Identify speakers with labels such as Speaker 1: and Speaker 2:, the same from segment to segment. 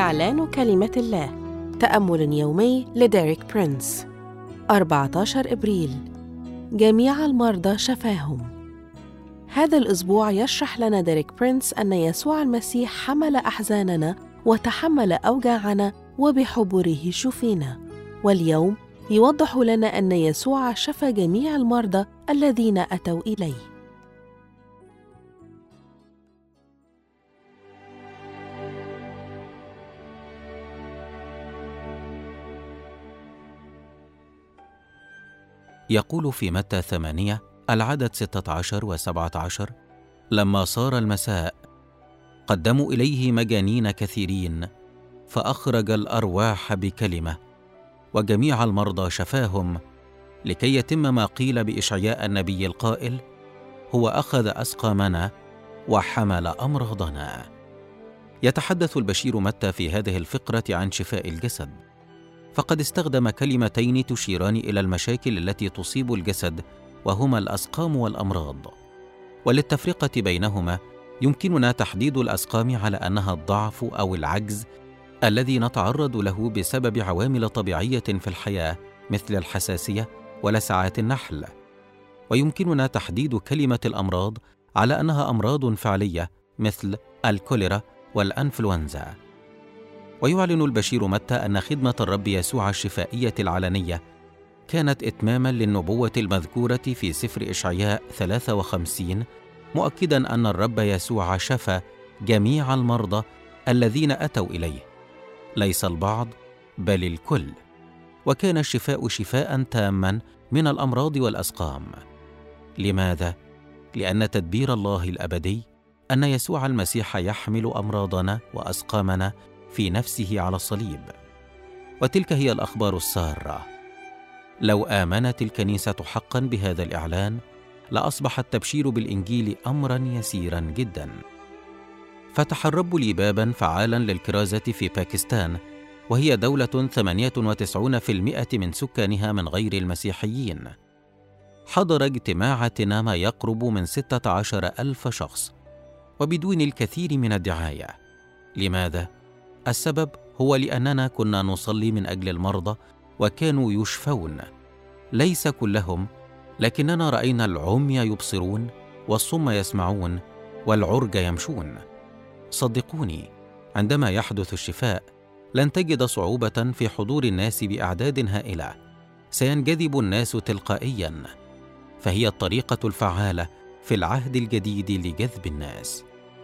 Speaker 1: إعلان كلمة الله. تأمل يومي لديريك برينس. 14 إبريل. جميع المرضى شفاهم. هذا الأسبوع يشرح لنا ديريك برينس أن يسوع المسيح حمل أحزاننا وتحمل أوجاعنا وبحبره شفينا. واليوم يوضح لنا أن يسوع شفى جميع المرضى الذين أتوا إليه.
Speaker 2: يقول في متى 8 العدد 16 و17: لما صار المساء قدموا إليه مجانين كثيرين، فأخرج الأرواح بكلمة، وجميع المرضى شفاهم، لكي يتم ما قيل بإشعياء النبي القائل: هو أخذ أسقامنا وحمل أمراضنا. يتحدث البشير متى في هذه الفقرة عن شفاء الجسد، فقد استخدم كلمتين تشيران إلى المشاكل التي تصيب الجسد، وهما الأسقام والأمراض. وللتفرقة بينهما يمكننا تحديد الأسقام على أنها الضعف أو العجز الذي نتعرض له بسبب عوامل طبيعية في الحياة مثل الحساسية ولسعات النحل. ويمكننا تحديد كلمة الأمراض على أنها أمراض فعلية مثل الكوليرا والأنفلونزا. ويعلن البشير متى أن خدمة الرب يسوع الشفائية العلنية كانت إتماماً للنبوة المذكورة في سفر إشعياء 53، مؤكداً أن الرب يسوع شفى جميع المرضى الذين أتوا إليه، ليس البعض بل الكل. وكان الشفاء شفاءً تاماً من الأمراض والأسقام. لماذا؟ لأن تدبير الله الأبدي أن يسوع المسيح يحمل أمراضنا وأسقامنا في نفسه على الصليب. وتلك هي الأخبار السارة. لو آمنت الكنيسة حقاً بهذا الإعلان لأصبح التبشير بالإنجيل أمراً يسيراً جداً. فتح الرب لي باباً فعالاً للكرازة في باكستان، وهي دولة 98% من سكانها من غير المسيحيين. حضر اجتماعاتنا ما يقرب من 16,000 شخص وبدون الكثير من الدعاية. لماذا؟ السبب هو لأننا كنا نصلي من أجل المرضى وكانوا يشفون، ليس كلهم، لكننا رأينا العمي يبصرون والصم يسمعون والعرج يمشون. صدقوني، عندما يحدث الشفاء لن تجد صعوبة في حضور الناس بأعداد هائلة، سينجذب الناس تلقائياً، فهي الطريقة الفعالة في العهد الجديد لجذب الناس.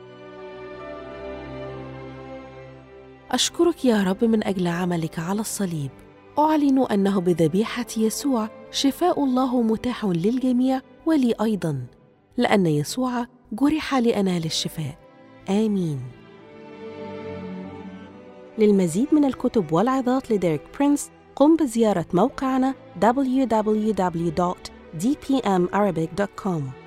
Speaker 1: أشكرك يا رب من أجل عملك على الصليب. أعلن أنه بذبيحة يسوع شفاء الله متاح للجميع ولي أيضاً، لأن يسوع جرح لأنال الشفاء. آمين. للمزيد من الكتب والعظات لديريك برينس قم بزيارة موقعنا www.dpmarabic.com.